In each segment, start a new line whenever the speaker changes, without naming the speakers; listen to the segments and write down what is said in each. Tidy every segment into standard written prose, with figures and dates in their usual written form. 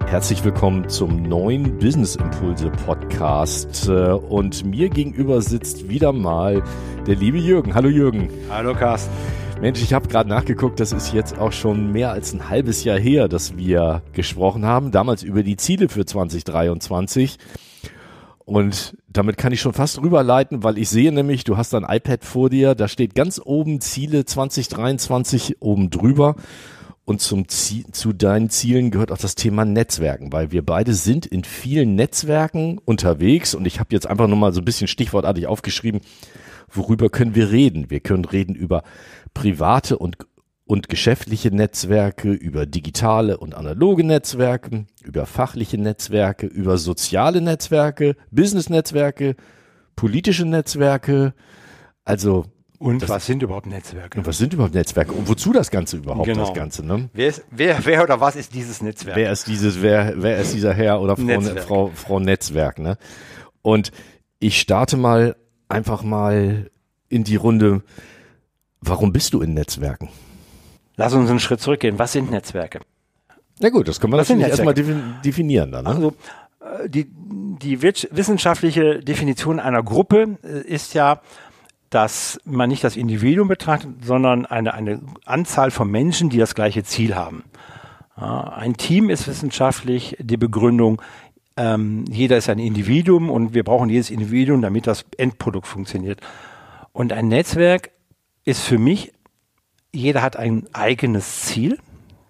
Herzlich willkommen zum neuen Business Impulse Podcast. Und mir gegenüber sitzt wieder mal der liebe Jürgen. Hallo Jürgen.
Hallo Carsten.
Mensch, ich habe gerade nachgeguckt, das ist jetzt auch schon mehr als ein halbes Jahr her, dass wir gesprochen haben. Damals über die Ziele für 2023. Und damit kann ich schon fast rüberleiten, weil ich sehe nämlich, du hast ein iPad vor dir, da steht ganz oben Ziele 2023 oben drüber. Und zu deinen Zielen gehört auch das Thema Netzwerken, weil wir beide sind in vielen Netzwerken unterwegs und ich habe jetzt einfach nur mal so ein bisschen stichwortartig aufgeschrieben, worüber können wir reden? Wir können reden über private und geschäftliche Netzwerke, über digitale und analoge Netzwerke, über fachliche Netzwerke, über soziale Netzwerke, Business-Netzwerke, politische Netzwerke, also
und was sind überhaupt Netzwerke?
Und was sind überhaupt Netzwerke? Und wozu das Ganze überhaupt,
genau.
Das Ganze, ne?
Wer oder was ist dieses Netzwerk?
Wer ist dieser Herr oder Frau Netzwerk, ne? Und ich starte einfach mal in die Runde. Warum bist du in Netzwerken?
Lass uns einen Schritt zurückgehen. Was sind Netzwerke?
Na gut, das können wir natürlich erstmal definieren dann, ne?
Also, die wissenschaftliche Definition einer Gruppe ist ja, dass man nicht das Individuum betrachtet, sondern eine Anzahl von Menschen, die das gleiche Ziel haben. Ja, ein Team ist wissenschaftlich die Begründung, jeder ist ein Individuum und wir brauchen jedes Individuum, damit das Endprodukt funktioniert. Und ein Netzwerk ist für mich, jeder hat ein eigenes Ziel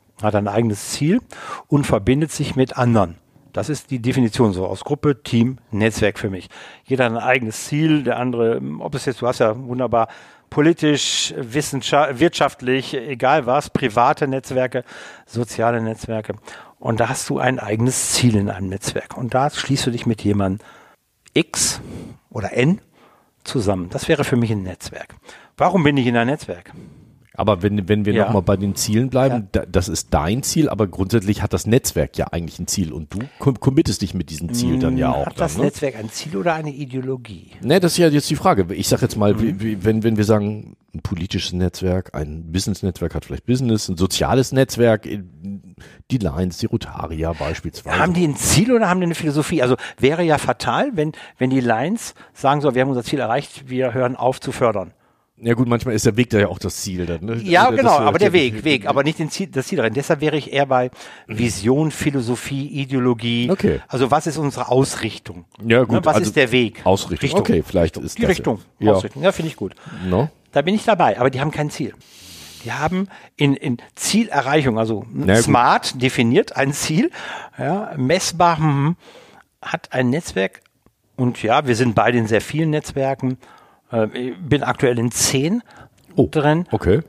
und verbindet sich mit anderen. Das ist die Definition so aus Gruppe, Team, Netzwerk für mich. Jeder hat ein eigenes Ziel, der andere, ob es jetzt, du hast ja wunderbar politisch, wirtschaftlich, egal was, private Netzwerke, soziale Netzwerke. Und da hast du ein eigenes Ziel in einem Netzwerk. Und da schließt du dich mit jemandem X oder N zusammen. Das wäre für mich ein Netzwerk. Warum bin ich in einem Netzwerk?
Aber wenn wir nochmal bei den Zielen bleiben, das ist dein Ziel, aber grundsätzlich hat das Netzwerk ja eigentlich ein Ziel und du committest dich mit diesem Ziel dann ja auch.
Hat das Netzwerk ein Ziel oder eine Ideologie?
Ne, das ist ja jetzt die Frage. Ich sage jetzt mal, wenn wir sagen, ein politisches Netzwerk, ein Business-Netzwerk hat vielleicht Business, ein soziales Netzwerk, die Lions, die Rotarier beispielsweise.
Haben die ein Ziel oder haben die eine Philosophie? Also wäre ja fatal, wenn die Lions sagen so, wir haben unser Ziel erreicht, wir hören auf zu fördern.
Ja gut, manchmal ist der Weg da ja auch das Ziel. Dann, ne?
Ja, genau, aber der Weg, aber nicht das Ziel darin. Deshalb wäre ich eher bei Vision, Philosophie, Ideologie.
Okay.
Also was ist unsere Ausrichtung?
Ja gut.
Was ist der Weg?
Ausrichtung. Okay, vielleicht ist
die
das
Richtung.
Ja.
Ausrichtung. Ja, finde ich gut.
No?
Da bin ich dabei, aber die haben kein Ziel. Die haben in Zielerreichung, also smart definiert ein Ziel, ja, messbar hat ein Netzwerk und ja, wir sind beide in sehr vielen Netzwerken. Ich bin aktuell in 10 drin.
Okay.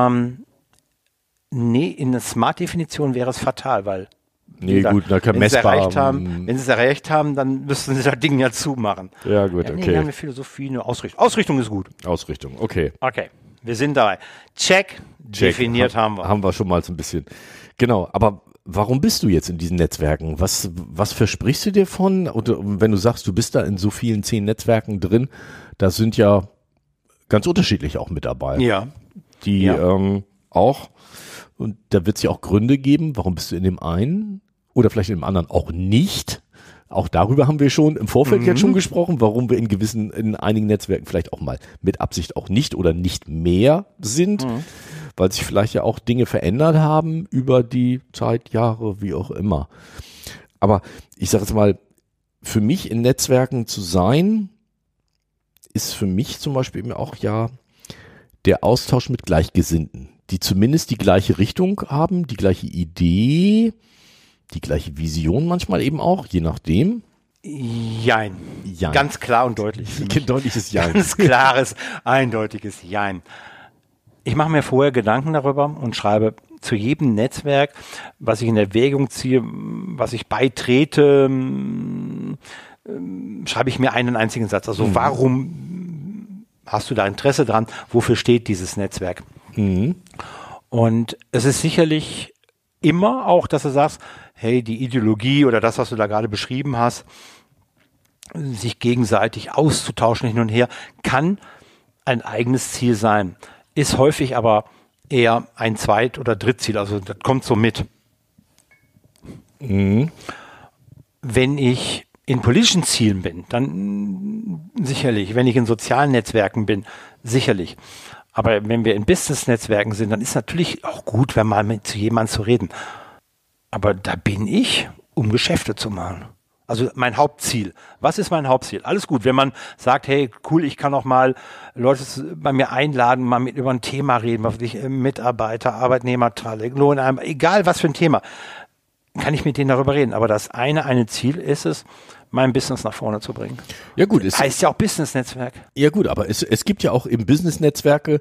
In der Smart-Definition wäre es fatal, weil
wenn
sie es erreicht haben, dann müssten sie das Ding ja zumachen.
Ja gut, okay.
Wir haben eine Philosophie, eine Ausrichtung. Ausrichtung ist gut.
Ausrichtung, okay.
Okay, wir sind dabei. Check. Definiert haben wir.
Haben wir schon mal so ein bisschen. Genau, aber warum bist du jetzt in diesen Netzwerken? Was versprichst du dir von? Und wenn du sagst, du bist da in so vielen 10 Netzwerken drin, da sind ja ganz unterschiedlich auch mit dabei.
Ja.
Die auch, und da wird es ja auch Gründe geben, warum bist du in dem einen oder vielleicht in dem anderen auch nicht. Auch darüber haben wir schon im Vorfeld jetzt schon gesprochen, warum wir in einigen Netzwerken vielleicht auch mal mit Absicht auch nicht oder nicht mehr sind, weil sich vielleicht ja auch Dinge verändert haben über die Zeit, Jahre, wie auch immer. Aber ich sage jetzt mal, für mich in Netzwerken zu sein, ist für mich zum Beispiel eben auch ja der Austausch mit Gleichgesinnten, die zumindest die gleiche Richtung haben, die gleiche Idee, die gleiche Vision manchmal eben auch, je nachdem.
Jein. Ganz klar und deutlich.
Deutliches Jein.
Ganz klares, eindeutiges Jein. Ich mache mir vorher Gedanken darüber und schreibe zu jedem Netzwerk, was ich in Erwägung ziehe, was ich beitrete, schreibe ich mir einen einzigen Satz. Also warum hast du da Interesse dran? Wofür steht dieses Netzwerk? Und es ist sicherlich immer auch, dass du sagst, hey, die Ideologie oder das, was du da gerade beschrieben hast, sich gegenseitig auszutauschen hin und her, kann ein eigenes Ziel sein. Ist häufig aber eher ein Zweit- oder Drittziel, also das kommt so mit. Wenn ich in politischen Zielen bin, dann sicherlich. Wenn ich in sozialen Netzwerken bin, sicherlich. Aber wenn wir in Business-Netzwerken sind, dann ist natürlich auch gut, wenn mal zu jemandem zu reden. Aber da bin ich, um Geschäfte zu machen. Also mein Hauptziel. Was ist mein Hauptziel? Alles gut, wenn man sagt, hey, cool, ich kann auch mal Leute bei mir einladen, mal über ein Thema reden, was ich Mitarbeiter, Arbeitnehmerteile, Lohn, egal was für ein Thema, kann ich mit denen darüber reden. Aber das eine Ziel ist es, mein Business nach vorne zu bringen.
Ja gut,
es heißt ja auch Business-Netzwerk.
Ja gut, aber es gibt ja auch im Business-Netzwerke,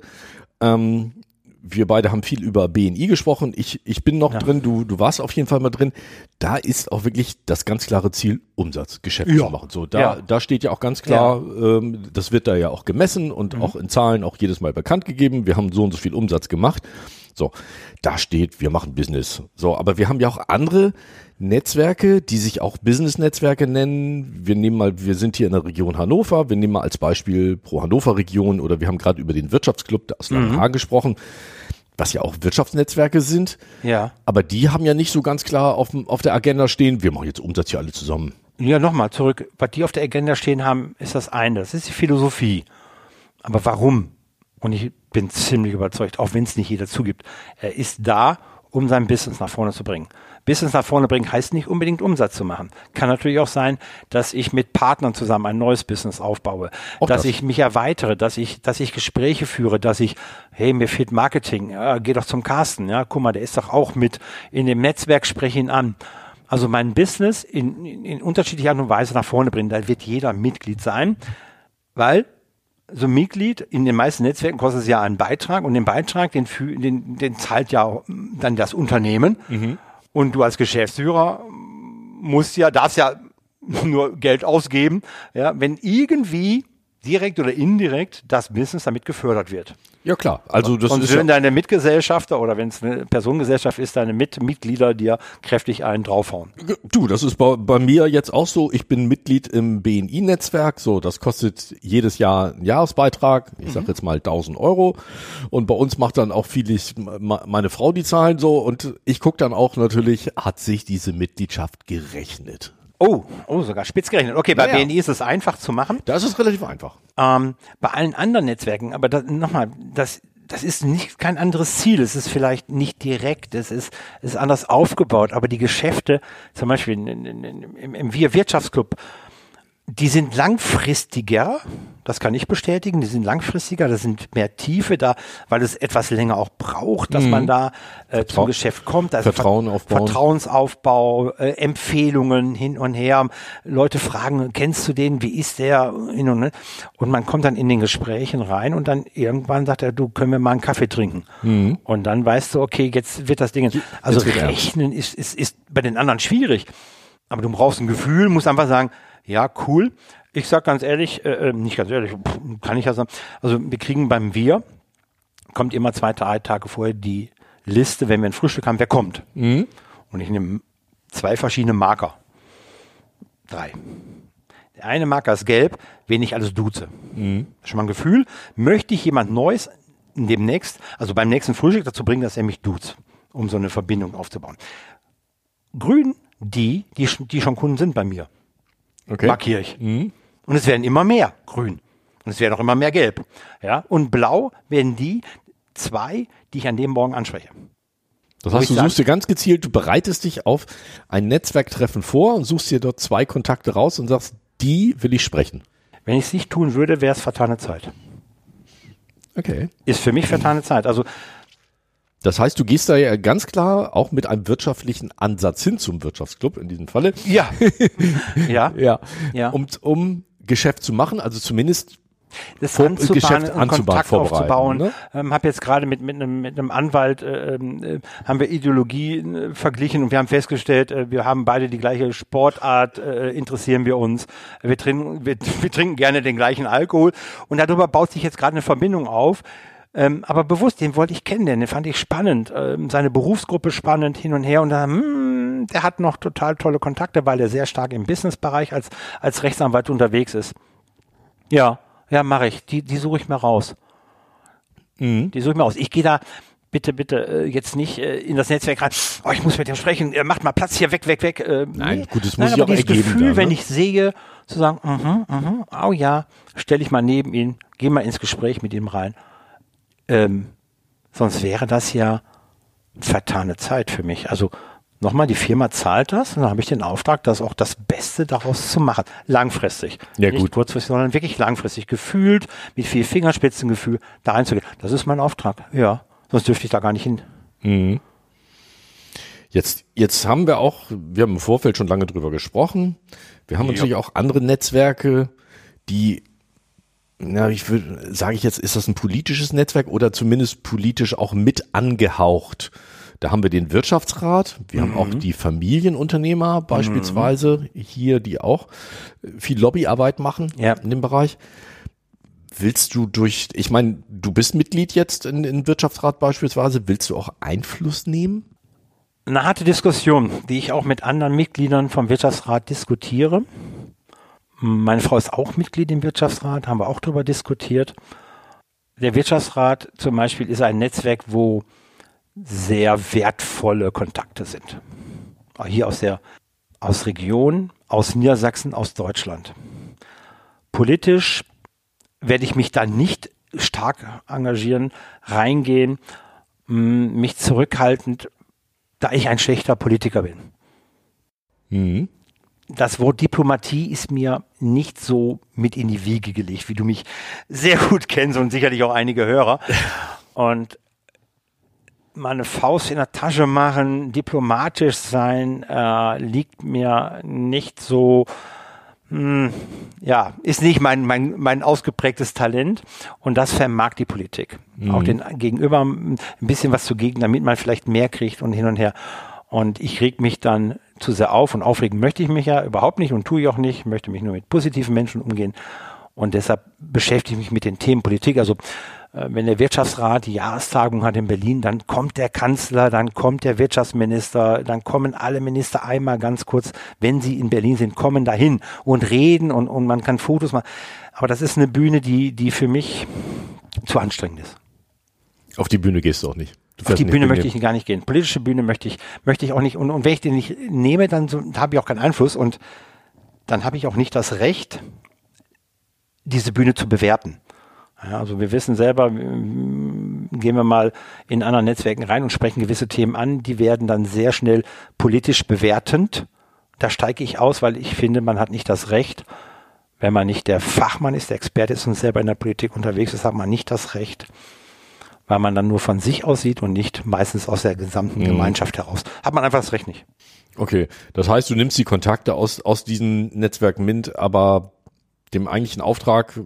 wir beide haben viel über BNI gesprochen. Ich bin noch drin, du warst auf jeden Fall mal drin. Da ist auch wirklich das ganz klare Ziel, Umsatz, Geschäft zu machen. So, da steht ja auch ganz klar, das wird da ja auch gemessen und auch in Zahlen auch jedes Mal bekannt gegeben. Wir haben so und so viel Umsatz gemacht. So, da steht, wir machen Business. So, aber wir haben ja auch andere Netzwerke, die sich auch Business-Netzwerke nennen. Wir sind hier in der Region Hannover. Wir nehmen mal als Beispiel Pro Hannover Region oder wir haben gerade über den Wirtschaftsclub aus Langenhagen gesprochen, was ja auch Wirtschaftsnetzwerke sind.
Ja.
Aber die haben ja nicht so ganz klar auf der Agenda stehen, wir machen jetzt Umsatz hier alle zusammen.
Ja, nochmal zurück. Was die auf der Agenda stehen haben, ist das eine. Das ist die Philosophie. Aber warum? Und ich bin ziemlich überzeugt, auch wenn es nicht jeder zugibt. Er ist da, um sein Business nach vorne zu bringen. Business nach vorne bringen heißt nicht unbedingt Umsatz zu machen. Kann natürlich auch sein, dass ich mit Partnern zusammen ein neues Business aufbaue, dass ich mich erweitere, dass ich Gespräche führe, hey, mir fehlt Marketing, ja, geh doch zum Carsten, ja, guck mal, der ist doch auch mit in dem Netzwerk, spreche ihn an. Also mein Business in unterschiedlicher Art und Weise nach vorne bringen, da wird jeder Mitglied sein, weil so ein Mitglied in den meisten Netzwerken kostet es ja einen Beitrag und den Beitrag, den zahlt ja dann das Unternehmen. Und du als Geschäftsführer darfst ja nur Geld ausgeben, ja, wenn irgendwie direkt oder indirekt das Business damit gefördert wird.
Ja klar, also das ist
wenn deine Mitgesellschafter oder wenn es eine Personengesellschaft ist, deine Mitglieder dir kräftig einen draufhauen.
Du, das ist bei mir jetzt auch so. Ich bin Mitglied im BNI-Netzwerk. So, das kostet jedes Jahr einen Jahresbeitrag. Ich sag jetzt mal 1.000 €. Und bei uns macht dann auch meine Frau die Zahlen so. Und ich gucke dann auch natürlich, hat sich diese Mitgliedschaft gerechnet?
Oh, sogar spitz gerechnet. Okay, bei BNI ist es einfach zu machen.
Das ist relativ einfach.
Bei allen anderen Netzwerken, aber das ist kein anderes Ziel. Es ist vielleicht nicht direkt, es ist anders aufgebaut, aber die Geschäfte, zum Beispiel im Wir-Wirtschaftsclub, die sind langfristiger, das kann ich bestätigen, die sind langfristiger, da sind mehr Tiefe da, weil es etwas länger auch braucht, dass man da zum Geschäft kommt. Also Vertrauensaufbau, Empfehlungen hin und her, Leute fragen, kennst du den, wie ist der? Und man kommt dann in den Gesprächen rein und dann irgendwann sagt er, du, können wir mal einen Kaffee trinken? Und dann weißt du, okay, jetzt wird das Ding, also rechnen ist bei den anderen schwierig, aber du brauchst ein Gefühl, musst einfach sagen, ja, cool. Ich sag ganz ehrlich, nicht ganz ehrlich, kann ich ja sagen, also wir kriegen kommt immer 2, 3 Tage vorher die Liste, wenn wir ein Frühstück haben, wer kommt. Und ich nehme 2 verschiedene Marker. 3. Der eine Marker ist gelb, wen ich alles duze. Schon mal ein Gefühl, möchte ich jemand Neues beim nächsten Frühstück dazu bringen, dass er mich duzt, um so eine Verbindung aufzubauen. Grün, die schon Kunden sind bei mir. Okay. Markiere ich. Und es werden immer mehr grün. Und es werden auch immer mehr gelb. Ja? Und blau werden die 2, die ich an dem Morgen anspreche.
Das heißt, du suchst dir ganz gezielt, du bereitest dich auf ein Netzwerktreffen vor und suchst dir dort 2 Kontakte raus und sagst, die will ich sprechen.
Wenn ich es nicht tun würde, wäre es vertane Zeit.
Okay.
Ist für mich vertane Zeit. Also
das heißt, du gehst da ja ganz klar auch mit einem wirtschaftlichen Ansatz hin zum Wirtschaftsclub in diesem Falle.
Ja. Ja.
Um Geschäft zu machen, also zumindest
das Geschäft Kontakt aufzubauen. Ne? Habe jetzt gerade mit einem Anwalt haben wir Ideologie verglichen und wir haben festgestellt, wir haben beide die gleiche Sportart, interessieren wir uns. Wir trinken gerne den gleichen Alkohol und darüber baut sich jetzt gerade eine Verbindung auf. Aber bewusst, den wollte ich kennenlernen, den fand ich spannend, seine Berufsgruppe spannend, hin und her und dann, der hat noch total tolle Kontakte, weil er sehr stark im Businessbereich als Rechtsanwalt unterwegs ist. Ja, mache ich, die suche ich mir raus. Die suche ich mir aus. Ich gehe da bitte jetzt nicht in das Netzwerk rein, oh, ich muss mit dem sprechen, macht mal Platz hier, weg.
Nein, gut, das muss ich auch
dieses
ergeben.
Gefühl,
dann,
wenn ich sehe, zu sagen, oh ja, stelle ich mal neben ihn, gehe mal ins Gespräch mit ihm rein. Sonst wäre das ja vertane Zeit für mich. Also nochmal, die Firma zahlt das und dann habe ich den Auftrag, das auch das Beste daraus zu machen. Langfristig.
Ja,
Nicht
gut.
kurzfristig, sondern wirklich langfristig. Gefühlt, mit viel Fingerspitzengefühl da reinzugehen. Das ist mein Auftrag. Ja, sonst dürfte ich da gar nicht hin.
Mhm. Jetzt haben wir haben im Vorfeld schon lange drüber gesprochen. Wir haben natürlich auch andere Netzwerke, die, sage ich jetzt, ist das ein politisches Netzwerk oder zumindest politisch auch mit angehaucht? Da haben wir den Wirtschaftsrat, wir haben auch die Familienunternehmer beispielsweise hier, die auch viel Lobbyarbeit machen in dem Bereich. Willst du ich meine, du bist Mitglied jetzt in Wirtschaftsrat beispielsweise, willst du auch Einfluss nehmen?
Eine harte Diskussion, die ich auch mit anderen Mitgliedern vom Wirtschaftsrat diskutiere. Meine Frau ist auch Mitglied im Wirtschaftsrat, haben wir auch darüber diskutiert. Der Wirtschaftsrat zum Beispiel ist ein Netzwerk, wo sehr wertvolle Kontakte sind. Auch hier aus Region, aus Niedersachsen, aus Deutschland. Politisch werde ich mich da nicht stark engagieren, reingehen, mich zurückhaltend, da ich ein schlechter Politiker bin.
Mhm.
Das Wort Diplomatie ist mir nicht so mit in die Wiege gelegt, wie du mich sehr gut kennst und sicherlich auch einige Hörer. Und mal eine Faust in der Tasche machen, diplomatisch sein, liegt mir nicht so, ist nicht mein ausgeprägtes Talent und das vermag die Politik. Auch den Gegenüber ein bisschen was zu geben, damit man vielleicht mehr kriegt und hin und her. Und ich reg mich dann zu sehr auf und aufregen möchte ich mich ja überhaupt nicht und tue ich auch nicht. Ich möchte mich nur mit positiven Menschen umgehen und deshalb beschäftige ich mich mit den Themen Politik. Also wenn der Wirtschaftsrat die Jahrestagung hat in Berlin, dann kommt der Kanzler, dann kommt der Wirtschaftsminister, dann kommen alle Minister einmal ganz kurz, wenn sie in Berlin sind, kommen dahin und reden und man kann Fotos machen. Aber das ist eine Bühne, die für mich zu anstrengend ist.
Auf die Bühne gehst du auch nicht.
Auf die Bühne möchte ich gar nicht gehen. Politische Bühne möchte ich auch nicht. Und wenn ich den nicht nehme, dann habe ich auch keinen Einfluss und dann habe ich auch nicht das Recht, diese Bühne zu bewerten. Ja, also wir wissen selber, gehen wir mal in anderen Netzwerken rein und sprechen gewisse Themen an, die werden dann sehr schnell politisch bewertend. Da steige ich aus, weil ich finde, man hat nicht das Recht, wenn man nicht der Fachmann ist, der Experte ist und selber in der Politik unterwegs ist, hat man nicht das Recht, weil man dann nur von sich aus sieht und nicht meistens aus der gesamten Gemeinschaft heraus. Hat man einfach das Recht nicht. Okay,
das heißt, du nimmst die Kontakte aus diesen Netzwerken mit, aber dem eigentlichen Auftrag,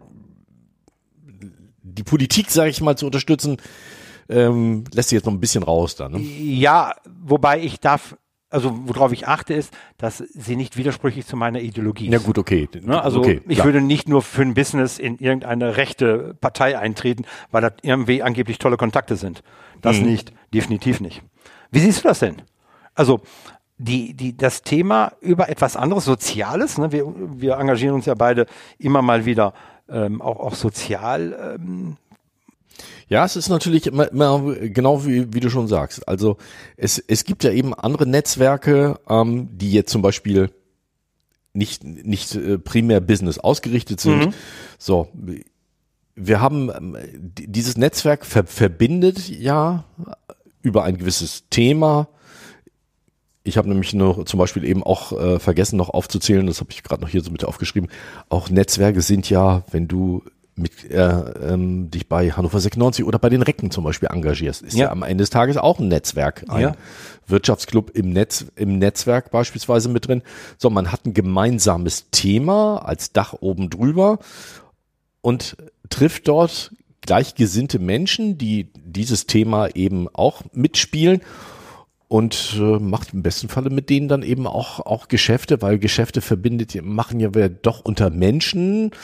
die Politik, sage ich mal, zu unterstützen, lässt sich jetzt noch ein bisschen raus da, ne?
Ja, wobei worauf ich achte, ist, dass sie nicht widersprüchlich zu meiner Ideologie ist.
Ja gut, okay.
Ne? Also
okay,
ich würde nicht nur für ein Business in irgendeine rechte Partei eintreten, weil da irgendwie angeblich tolle Kontakte sind. Das nicht, definitiv nicht. Wie siehst du das denn? Also das Thema über etwas anderes, Soziales, ne? Wir engagieren uns ja beide immer mal wieder auch sozial.
Ja, es ist natürlich immer genau wie du schon sagst. Also es gibt ja eben andere Netzwerke, die jetzt zum Beispiel nicht primär Business ausgerichtet sind. So, wir haben dieses Netzwerk verbindet ja über ein gewisses Thema. Ich habe nämlich noch zum Beispiel eben auch vergessen noch aufzuzählen, das habe ich gerade noch hier so mit aufgeschrieben, auch Netzwerke sind ja, wenn du dich bei Hannover 96 oder bei den Recken zum Beispiel engagierst, ist ja am Ende des Tages auch ein Netzwerk, ein Wirtschaftsclub im Netzwerk beispielsweise mit drin. So, man hat ein gemeinsames Thema als Dach oben drüber und trifft dort gleichgesinnte Menschen, die dieses Thema eben auch mitspielen und macht im besten Falle mit denen dann eben auch Geschäfte, weil Geschäfte machen ja doch unter Menschen,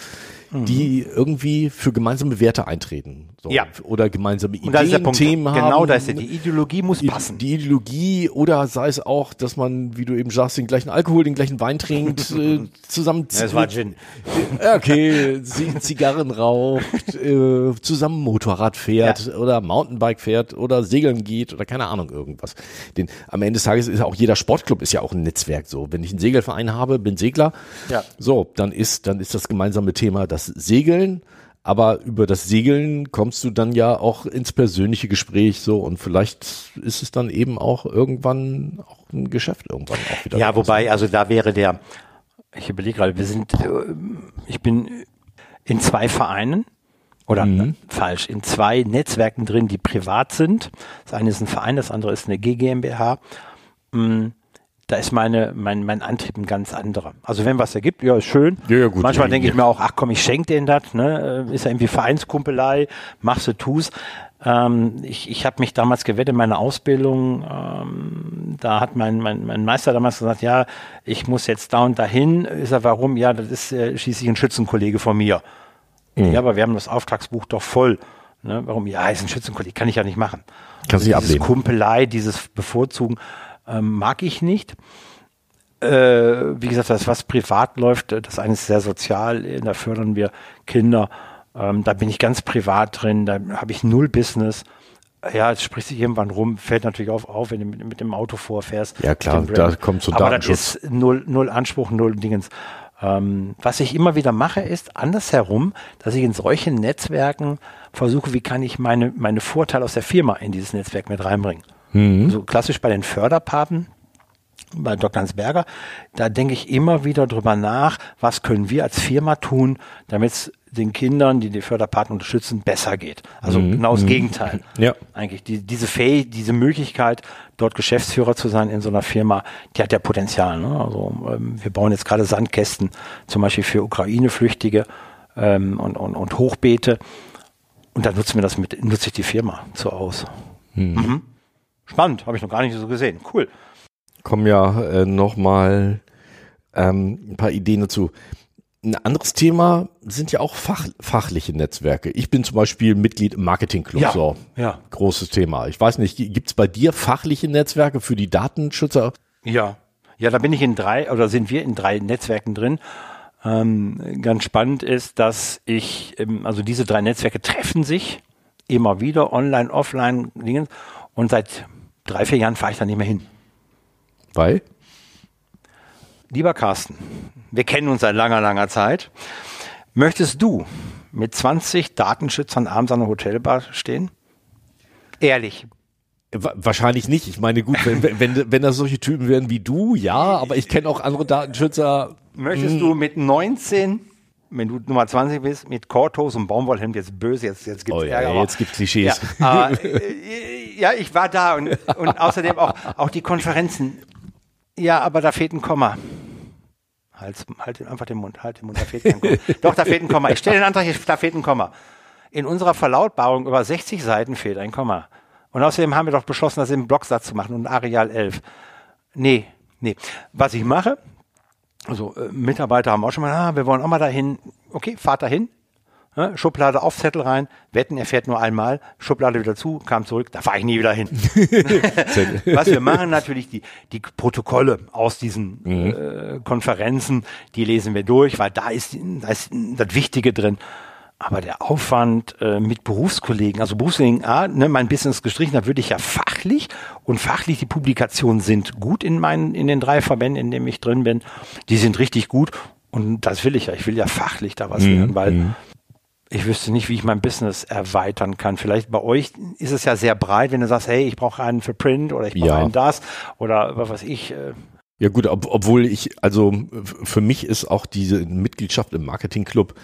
die irgendwie für gemeinsame Werte eintreten. So.
Ja.
Oder gemeinsame
Und das ist der
Ideen,
Punkt.
Themen haben.
Genau, da ist ja die Ideologie muss passen.
Die Ideologie oder sei es auch, dass man, wie du eben sagst, den gleichen Alkohol, den gleichen Wein trinkt, zusammen.
Das war Gin.
Okay, Zigarren raucht, zusammen Motorrad fährt oder Mountainbike fährt oder segeln geht oder keine Ahnung irgendwas. Am Ende des Tages ist auch jeder Sportclub ist ja auch ein Netzwerk so. Wenn ich einen Segelverein habe, bin Segler, so, dann ist das gemeinsame Thema das Segeln. Aber über das Segeln kommst du dann ja auch ins persönliche Gespräch so und vielleicht ist es dann eben auch irgendwann auch ein Geschäft irgendwann auch wieder.
Ja, wobei, also da wäre ich überlege gerade, ich bin in 2 Vereinen oder falsch, in 2 Netzwerken drin, die privat sind. Das eine ist ein Verein, das andere ist eine GmbH. Da ist mein Antrieb ein ganz anderer. Also wenn was ergibt, ja, ist schön.
Ja, gut,
manchmal denke ich mir auch, ach komm, ich schenke denen das, ne? Ist ja irgendwie Vereinskumpelei, machst du, tust. Ich habe mich damals gewettet in meiner Ausbildung, da hat mein Meister damals gesagt, ja, ich muss jetzt da und dahin. Ist er, warum? Ja, das ist schließlich ein Schützenkollege von mir. Ja, aber wir haben das Auftragsbuch doch voll. Ne? Warum? Ja, ist ein Schützenkollege, kann ich ja nicht machen.
Kannst du nicht ablehnen.
Dieses Kumpelei, dieses Bevorzugen, mag ich nicht. Wie gesagt, das, was privat läuft, das eine ist sehr sozial, da fördern wir Kinder, da bin ich ganz privat drin, da habe ich null Business. Ja, es spricht sich irgendwann rum, fällt natürlich auf, wenn du mit dem Auto vorfährst.
Ja klar, da kommt so Datenschutz.
Aber das ist null Anspruch, null Dingens. Was ich immer wieder mache, ist andersherum, dass ich in solchen Netzwerken versuche, wie kann ich meine Vorteile aus der Firma in dieses Netzwerk mit reinbringen. So klassisch bei den Förderpaten, bei Dr. Hansberger, da denke ich immer wieder drüber nach, was können wir als Firma tun, damit es den Kindern, die Förderpaten unterstützen, besser geht. Also genau das Gegenteil.
Ja.
Eigentlich diese Möglichkeit, dort Geschäftsführer zu sein in so einer Firma, die hat ja Potenzial. Ne? Also wir bauen jetzt gerade Sandkästen, zum Beispiel für Ukraine-Flüchtige und Hochbeete. Und da nutze ich die Firma so aus. Spannend, habe ich noch gar nicht so gesehen. Cool.
Kommen ja nochmal ein paar Ideen dazu. Ein anderes Thema sind ja auch fachliche Netzwerke. Ich bin zum Beispiel Mitglied im Marketingclub.
Ja,
so,
ja.
Großes Thema. Ich weiß nicht, gibt es bei dir fachliche Netzwerke für die Datenschützer?
Ja, da bin ich sind wir in 3 Netzwerken drin. Ganz spannend ist, dass also diese 3 Netzwerke treffen sich immer wieder, online, offline, Dinge. Und seit 3-4 Jahren fahre ich da nicht mehr hin.
Weil?
Lieber Carsten, wir kennen uns seit langer Zeit. Möchtest du mit 20 Datenschützern abends an der Hotelbar stehen? Ehrlich.
Wahrscheinlich nicht. Ich meine, gut, wenn das solche Typen wären wie du, ja, aber ich kenne auch andere Datenschützer.
Möchtest du mit 19, wenn du Nummer 20 bist, mit Korthose und Baumwollhemd, jetzt böse, jetzt gibt's Ärger.
Jetzt gibt's Klischees.
Ja, ja, ich war da und außerdem auch die Konferenzen. Ja, aber da fehlt ein Komma. Halt einfach den Mund, da fehlt kein Komma. Doch, da fehlt ein Komma. Ich stelle den Antrag, da fehlt ein Komma. In unserer Verlautbarung über 60 Seiten fehlt ein Komma. Und außerdem haben wir doch beschlossen, das im Blocksatz zu machen und Areal 11. Nee. Was ich mache, also Mitarbeiter haben auch schon mal, wir wollen auch mal dahin. Okay, fahrt dahin. Schublade auf, Zettel rein, wetten, er fährt nur einmal, Schublade wieder zu, kam zurück, da fahre ich nie wieder hin. Was wir machen, natürlich die Protokolle aus diesen Konferenzen, die lesen wir durch, weil da ist das Wichtige drin. Aber der Aufwand mit Berufskollegen, also Berufskollegen, mein Business gestrichen, da würde ich ja fachlich die Publikationen sind gut in den 3 Verbänden, in denen ich drin bin, die sind richtig gut und das will ich ja. Ich will ja fachlich da was lernen, weil ich wüsste nicht, wie ich mein Business erweitern kann. Vielleicht bei euch ist es ja sehr breit, wenn du sagst, hey, ich brauche einen für Print oder ich brauche einen das oder was weiß ich.
Ja gut, obwohl für mich ist auch diese Mitgliedschaft im Marketingclub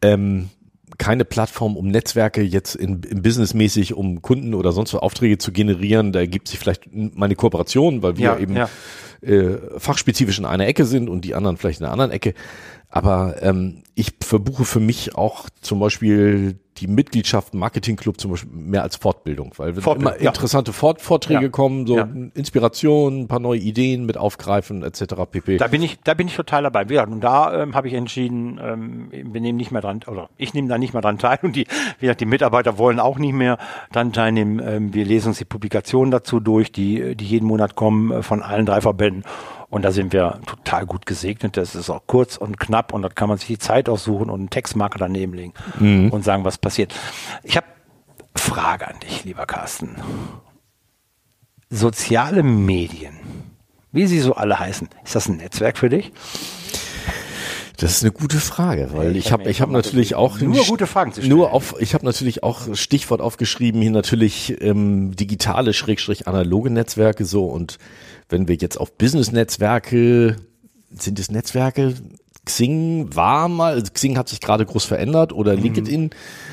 keine Plattform, um Netzwerke jetzt im Businessmäßig, um Kunden oder sonst so Aufträge zu generieren. Da gibt sich vielleicht meine Kooperation, weil wir fachspezifisch in einer Ecke sind und die anderen vielleicht in einer anderen Ecke. Aber ich verbuche für mich auch zum Beispiel die Mitgliedschaft im Marketingclub zum Beispiel mehr als Fortbildung, weil wenn immer interessante Vorträge kommen, so Inspiration, ein paar neue Ideen mit aufgreifen etc. pp.
Da bin ich total dabei. Und da habe ich entschieden, wir nehmen nicht mehr dran, oder ich nehme da nicht mehr dran teil und die Mitarbeiter wollen auch nicht mehr dran teilnehmen. Wir lesen uns die Publikationen dazu durch, die jeden Monat kommen von allen 3 Verbänden. Und da sind wir total gut gesegnet. Das ist auch kurz und knapp und da kann man sich die Zeit aussuchen und einen Textmarker daneben legen und sagen, was passiert. Ich habe eine Frage an dich, lieber Carsten. Soziale Medien, wie sie so alle heißen, ist das ein Netzwerk für dich?
Das ist eine gute Frage, weil ich habe natürlich auch
nur gute Fragen zu stellen.
Ich habe natürlich auch Stichwort aufgeschrieben hier natürlich digitale / analoge Netzwerke so, und wenn wir jetzt auf Business-Netzwerke, sind es Netzwerke? Xing war mal, also Xing hat sich gerade groß verändert, oder LinkedIn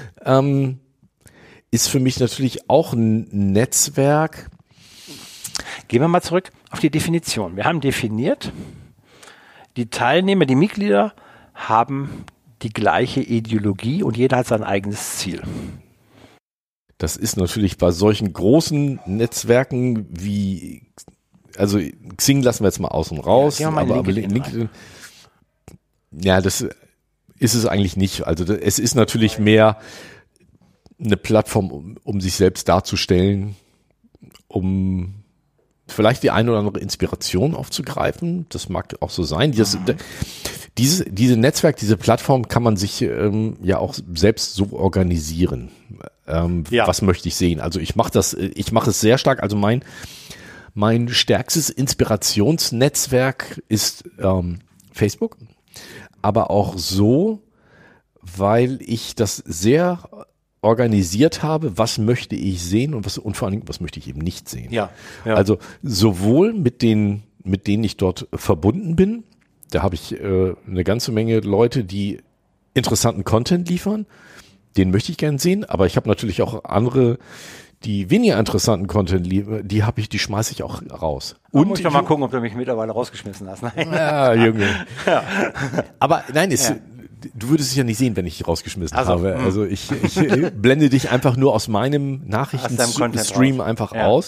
ist für mich natürlich auch ein Netzwerk.
Gehen wir mal zurück auf die Definition. Wir haben definiert, die Teilnehmer, die Mitglieder haben die gleiche Ideologie und jeder hat sein eigenes Ziel.
Das ist natürlich bei solchen großen Netzwerken wie, also Xing lassen wir jetzt mal außen raus,
ja,
aber LinkedIn, ja, das ist es eigentlich nicht. Also es ist natürlich mehr eine Plattform, um sich selbst darzustellen, um vielleicht die eine oder andere Inspiration aufzugreifen. Das mag auch so sein. Diese Netzwerk, diese Plattform kann man sich ja auch selbst so organisieren. Was möchte ich sehen? Also ich mache es sehr stark. Also mein stärkstes Inspirationsnetzwerk ist Facebook, aber auch so, weil ich das sehr organisiert habe, was möchte ich sehen und vor allen Dingen, was möchte ich eben nicht sehen.
Ja.
Also sowohl mit denen ich dort verbunden bin, da habe ich eine ganze Menge Leute, die interessanten Content liefern, den möchte ich gern sehen, aber ich habe natürlich auch andere, die weniger interessanten Content liefern, die schmeiße ich auch raus.
Und muss ich doch mal gucken, ob du mich mittlerweile rausgeschmissen hast. Nein.
Ja, Junge. Ja. Aber nein, du würdest es ja nicht sehen, wenn ich dich rausgeschmissen habe. Also ich blende dich einfach nur aus meinem Nachrichtenstream einfach aus.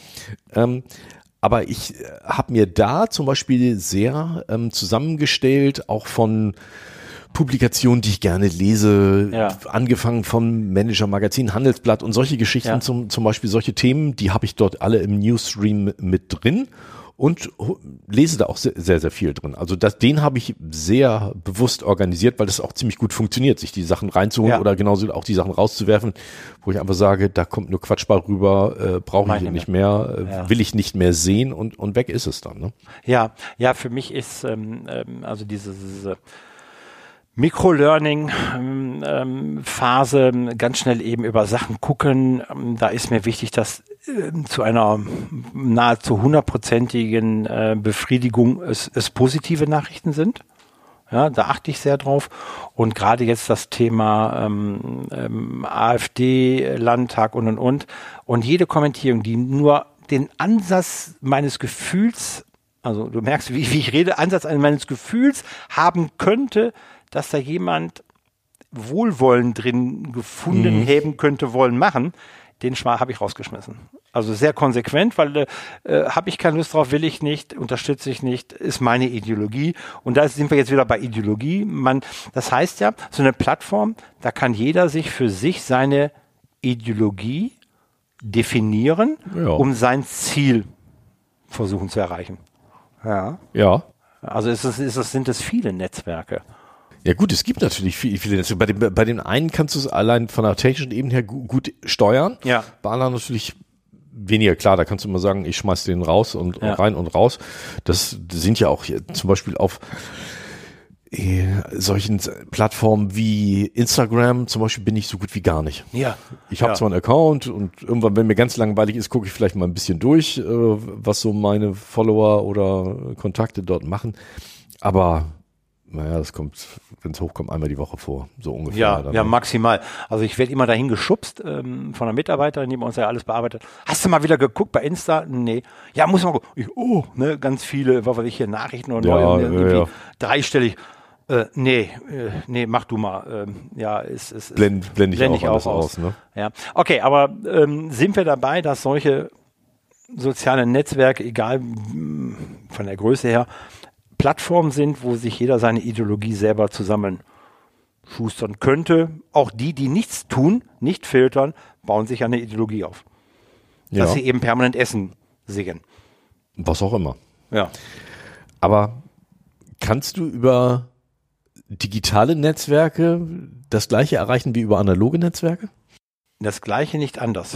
Aber ich habe mir da zum Beispiel sehr zusammengestellt, auch von Publikationen, die ich gerne lese, angefangen vom Manager Magazin, Handelsblatt und solche Geschichten, zum Beispiel solche Themen, die habe ich dort alle im Newsstream mit drin und lese da auch sehr, sehr, sehr viel drin. Also den habe ich sehr bewusst organisiert, weil das auch ziemlich gut funktioniert, sich die Sachen reinzuholen oder genauso auch die Sachen rauszuwerfen, wo ich einfach sage, da kommt nur Quatsch bei rüber, brauche ich nicht mehr, will ich nicht mehr sehen und weg ist es dann. Ne?
Ja, für mich ist also diese Microlearning-Phase, ganz schnell eben über Sachen gucken. Da ist mir wichtig, dass zu einer nahezu 100%igen Befriedigung es positive Nachrichten sind. Ja, da achte ich sehr drauf. Und gerade jetzt das Thema AfD, Landtag und. Und jede Kommentierung, die nur den Ansatz meines Gefühls, also du merkst, wie ich rede, Ansatz meines Gefühls haben könnte, dass da jemand Wohlwollen drin gefunden haben könnte, wollen machen, den habe ich rausgeschmissen. Also sehr konsequent, weil habe ich keine Lust drauf, will ich nicht, unterstütze ich nicht, ist meine Ideologie. Und da sind wir jetzt wieder bei Ideologie. Das heißt ja, so eine Plattform, da kann jeder sich für sich seine Ideologie definieren, um sein Ziel versuchen zu erreichen. Ja. Also sind es viele Netzwerke.
Ja gut, es gibt natürlich viele Netzwerke. Bei dem einen kannst du es allein von der technischen Ebene her gut steuern. Ja. Bei anderen natürlich weniger. Klar, da kannst du immer sagen, ich schmeiß den raus und rein und raus. Das sind ja auch hier, zum Beispiel auf solchen Plattformen wie Instagram zum Beispiel bin ich so gut wie gar nicht. Ja. Ich habe zwar einen Account und irgendwann, wenn mir ganz langweilig ist, gucke ich vielleicht mal ein bisschen durch, was so meine Follower oder Kontakte dort machen. Aber naja, das kommt, wenn es hochkommt, einmal die Woche vor, so ungefähr.
Ja, maximal. Also ich werde immer dahin geschubst von einer Mitarbeiterin, die bei uns ja alles bearbeitet. Hast du mal wieder geguckt bei Insta? Nee. Ja, muss man gucken. Ganz viele, was weiß ich hier, Nachrichten und irgendwie dreistellig. Nee, mach du mal.
Blende ich auch alles aus. Ne?
Ja. Okay, aber sind wir dabei, dass solche sozialen Netzwerke, egal von der Größe her, Plattformen sind, wo sich jeder seine Ideologie selber zusammenschustern könnte. Auch die nichts tun, nicht filtern, bauen sich eine Ideologie auf.
Ja.
Dass sie eben permanent Essen singen.
Was auch immer.
Ja.
Aber kannst du über digitale Netzwerke das Gleiche erreichen wie über analoge Netzwerke?
Das Gleiche nicht anders.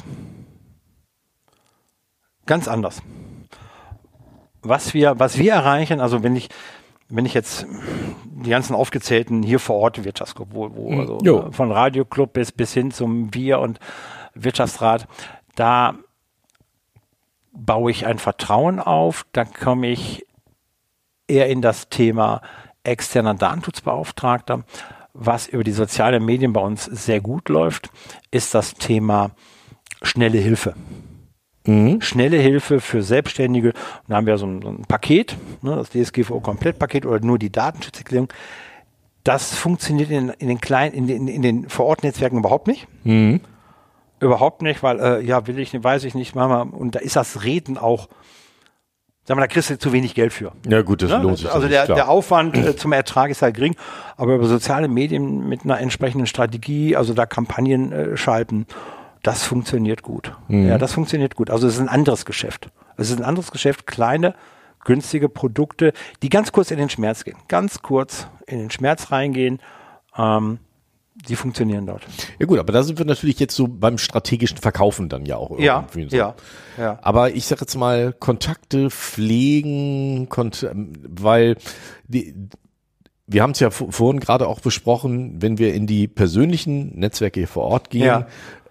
Ganz anders. Was wir erreichen, also wenn ich jetzt die ganzen aufgezählten hier vor Ort Wirtschaftsclub, wo von Radioclub bis hin zum Wir- und Wirtschaftsrat, da baue ich ein Vertrauen auf, da komme ich eher in das Thema externer Datenschutzbeauftragter. Was über die sozialen Medien bei uns sehr gut läuft, ist das Thema schnelle Hilfe. Schnelle Hilfe für Selbstständige. Und da haben wir so ein Paket, ne, das DSGVO-Komplettpaket oder nur die Datenschutzerklärung. Das funktioniert in den Vor-Ort-Netzwerken überhaupt nicht. Überhaupt nicht, weil, will ich nicht, weiß ich nicht, Mama. Und da ist das Reden auch, sagen wir, da kriegst du zu wenig Geld für.
Ja gut, das lohnt sich.
Also der Aufwand zum Ertrag ist halt gering, aber über soziale Medien mit einer entsprechenden Strategie, also da Kampagnen schalten, das funktioniert gut. Ja, das funktioniert gut. Also es ist ein anderes Geschäft. Es ist ein anderes Geschäft, kleine, günstige Produkte, die ganz kurz in den Schmerz gehen. Ganz kurz in den Schmerz reingehen. Die funktionieren dort.
Ja gut, aber da sind wir natürlich jetzt so beim strategischen Verkaufen dann ja auch irgendwie. So.
Ja.
Aber ich sage jetzt mal Kontakte pflegen, weil wir haben es ja vorhin gerade auch besprochen, wenn wir in die persönlichen Netzwerke hier vor Ort gehen,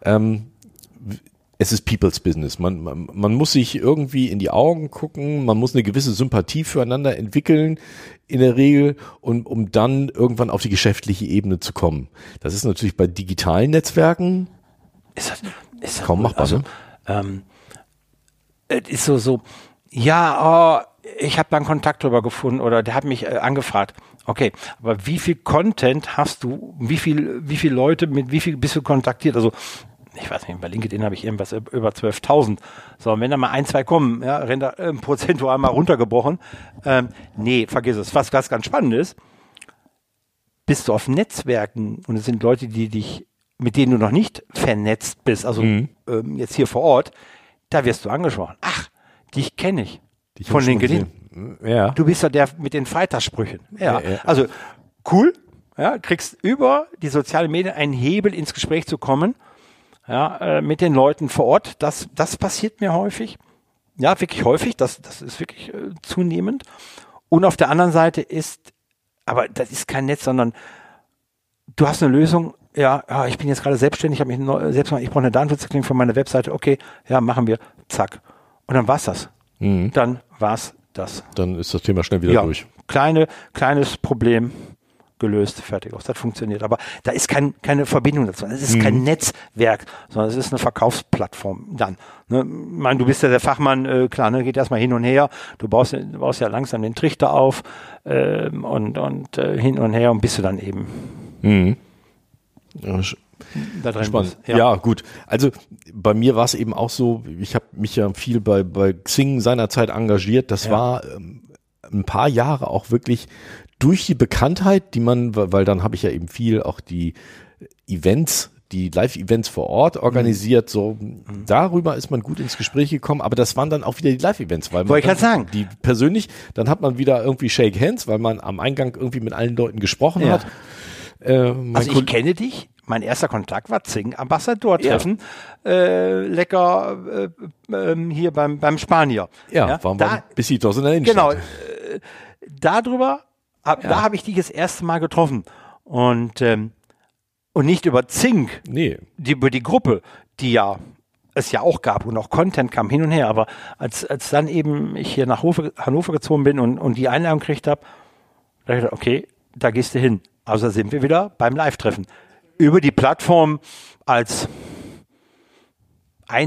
es ist People's Business. Man muss sich irgendwie in die Augen gucken, man muss eine gewisse Sympathie füreinander entwickeln in der Regel, um dann irgendwann auf die geschäftliche Ebene zu kommen. Das ist natürlich bei digitalen Netzwerken
ist das
kaum machbar.
Also, ist so, ich habe da einen Kontakt drüber gefunden oder der hat mich angefragt. Okay, aber wie viel Content hast du, wie viel Leute, mit wie viel bist du kontaktiert? Also ich weiß nicht, bei LinkedIn habe ich irgendwas über 12.000. So, und wenn da mal 1, 2 kommen, ja, rennt da prozentual mal runtergebrochen. Nee, vergiss es. Was ganz spannend ist, bist du auf Netzwerken und es sind Leute, mit denen du noch nicht vernetzt bist, also jetzt hier vor Ort, da wirst du angesprochen. Ach, dich kenne ich. Von LinkedIn.
Ja.
Du bist ja der mit den Freitagssprüchen. Ja. Also cool, ja, kriegst über die sozialen Medien einen Hebel ins Gespräch zu kommen. Ja, mit den Leuten vor Ort, das passiert mir häufig. Ja, wirklich häufig, das ist wirklich zunehmend. Und auf der anderen Seite aber das ist kein Netz, sondern du hast eine Lösung, ich bin jetzt gerade selbstständig, ich brauche eine Datenschutzerklärung für meine Webseite, okay, ja, machen wir, zack. Und dann war's das. Dann war's das.
Dann ist das Thema schnell wieder durch.
Kleines Problem gelöst, fertig aus. Das funktioniert. Aber da ist keine Verbindung dazu. Es ist kein Netzwerk, sondern es ist eine Verkaufsplattform dann. Ne? Ich meine, du bist ja der Fachmann, klar, ne? Geht erstmal hin und her. Du baust ja langsam den Trichter auf und hin und her und bist du dann eben da drin.
Spannend. Ja, gut. Also bei mir war es eben auch so, ich habe mich ja viel bei Xing seinerzeit engagiert. Das war ein paar Jahre auch wirklich durch die Bekanntheit, weil dann habe ich ja eben viel auch die Live-Events vor Ort organisiert, so darüber ist man gut ins Gespräch gekommen, aber das waren dann auch wieder die Live-Events, weil
wollte ich gerade sagen,
die persönlich, dann hat man wieder irgendwie Shake Hands, weil man am Eingang irgendwie mit allen Leuten gesprochen hat.
Also ich kenne dich, mein erster Kontakt war Xing Ambassador-Treffen, lecker hier beim Spanier.
Ja, waren wir Besitos in der Innenstadt.
Genau, da habe ich dich das erste Mal getroffen und nicht über Xing, über die Gruppe, die es ja auch gab und auch Content kam hin und her, aber als dann eben ich hier nach Hannover gezogen bin und die Einladung gekriegt habe, da habe ich gedacht, okay, da gehst du hin. Also sind wir wieder beim Live-Treffen. Über die Plattform als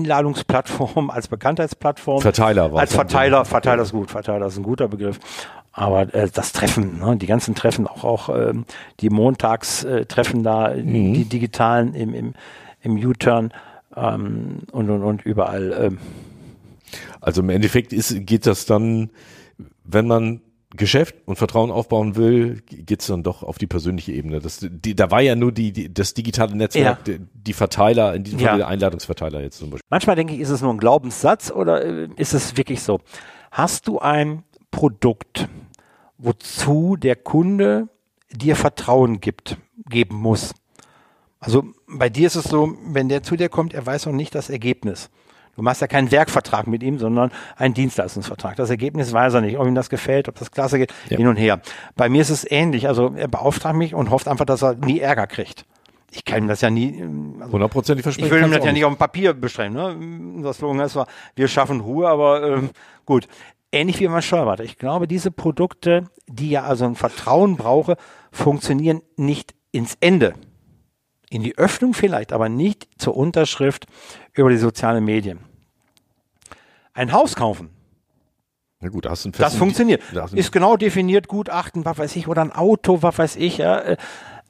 Einladungsplattform, als Bekanntheitsplattform.
Verteiler war
als Verteiler ist gut. Verteiler ist ein guter Begriff. Aber das Treffen, ne, die ganzen Treffen, auch die Montagstreffen da, die digitalen im U-Turn und überall.
Also im Endeffekt geht das dann, wenn man Geschäft und Vertrauen aufbauen will, geht es dann doch auf die persönliche Ebene. Da war ja nur das digitale Netzwerk, die Verteiler, in diesem Fall der Einladungsverteiler jetzt zum Beispiel.
Manchmal denke ich, ist es nur ein Glaubenssatz oder ist es wirklich so? Hast du ein Produkt, wozu der Kunde dir Vertrauen geben muss? Also bei dir ist es so, wenn der zu dir kommt, er weiß noch nicht das Ergebnis. Du machst ja keinen Werkvertrag mit ihm, sondern einen Dienstleistungsvertrag. Das Ergebnis weiß er nicht, ob ihm das gefällt, ob das klasse geht, hin und her. Bei mir ist es ähnlich. Also er beauftragt mich und hofft einfach, dass er nie Ärger kriegt. Ich kann ihm das ja nie...
100% versprechen.
Ich will ihm das ja nicht auf dem Papier beschreiben. Ne? Das Slogan ist zwar, wir schaffen Ruhe, aber gut. Ähnlich wie beim Steuerberater. Ich glaube, diese Produkte, die ja also ein Vertrauen brauchen, funktionieren nicht ins Ende. In die Öffnung vielleicht, aber nicht zur Unterschrift über die sozialen Medien. Ein Haus kaufen.
Na gut, das
funktioniert. Ist genau definiert, Gutachten, was weiß ich, oder ein Auto, was weiß ich. Ja,